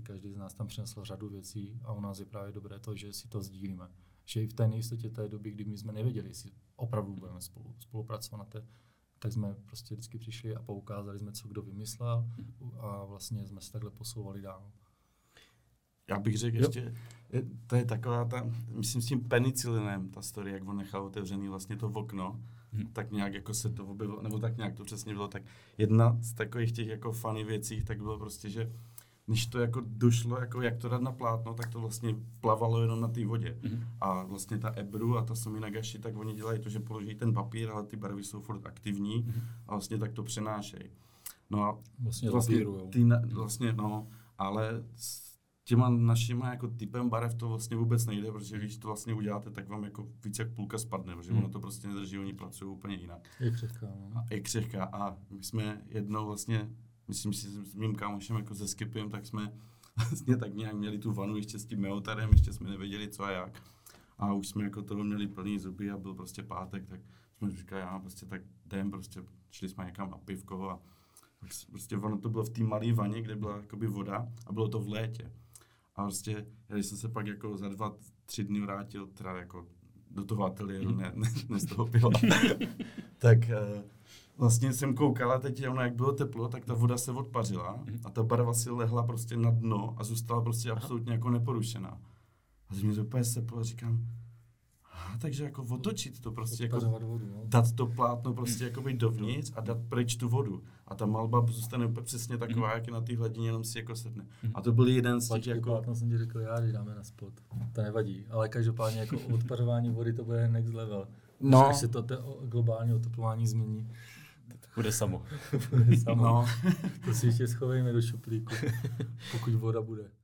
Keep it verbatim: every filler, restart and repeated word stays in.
každý z nás tam přinesl řadu věcí a u nás je právě dobré to, že si to sdílíme. Že i v té nejistotě té doby, kdy my jsme nevěděli, jestli opravdu budeme spolu, spolupracovat na té, tak jsme prostě vždycky přišli a poukázali jsme, co kdo vymyslel a vlastně jsme se takhle posouvali dál. Já bych řekl ještě, je, to je taková ta, myslím s tím penicilinem, ta story, jak on nechal otevřený vlastně to okno, hmm. tak nějak jako se to objevilo, nebo tak nějak to přesně bylo, tak jedna z takových těch jako funny věcí, tak bylo prostě, že než to jako došlo, jako jak to dát na plátno, tak to vlastně plavalo jenom na té vodě. Mm-hmm. A vlastně ta Ebru a ta Sominagashi, tak oni dělají to, že položí ten papír, ale ty barvy jsou furt aktivní mm-hmm. a vlastně tak to přenášejí. No a vlastně, vlastně, ty na, vlastně no, ale s těma našima jako typem barev to vlastně vůbec nejde, protože když to vlastně uděláte, tak vám jako víc jak půlka spadne, protože mm. ono to prostě nedrží, oni pracují úplně jinak. Je křehká, no. A je křehká a my jsme jednou vlastně myslím si, s mým kámošem jako se Skipem, tak jsme vlastně tak nějak měli tu vanu ještě s tím meotarem, ještě jsme nevěděli co a jak. A už jsme jako toho měli plný zuby a byl prostě pátek, tak jsme říkali, já prostě tak jdem, prostě šli jsme někam na pivko a tak prostě ono to bylo v té malé vaně, kde byla jakoby voda a bylo to v létě. A prostě, když jsem se pak jako za dva, tři dny vrátil, teda jako do toho ateliéru, ne, ne, ne z toho piva, tak uh, vlastně jsem koukal a teď ono, jak bylo teplo, tak ta voda se odpařila a ta barva si lehla prostě na dno a zůstala prostě absolutně jako neporušená. A teď mi to úplně seplo a říkám, aha, takže jako otočit to prostě, jako vodu, no. dát to plátno prostě jako být dovnitř a dát pryč tu vodu. A ta malba zůstane úplně přesně taková, jak je na té hladině, jenom si jako sedne. A to byl jeden z těch jako... Plátno jsem ti řekl, já, když dáme na spod. To nevadí, ale každopádně jako odpařování vody to bude next level. No. Až se to te- globální oteplování změní. Bude samo. Bude samo. No. To si ještě schovejme do šuplíku, pokud voda bude.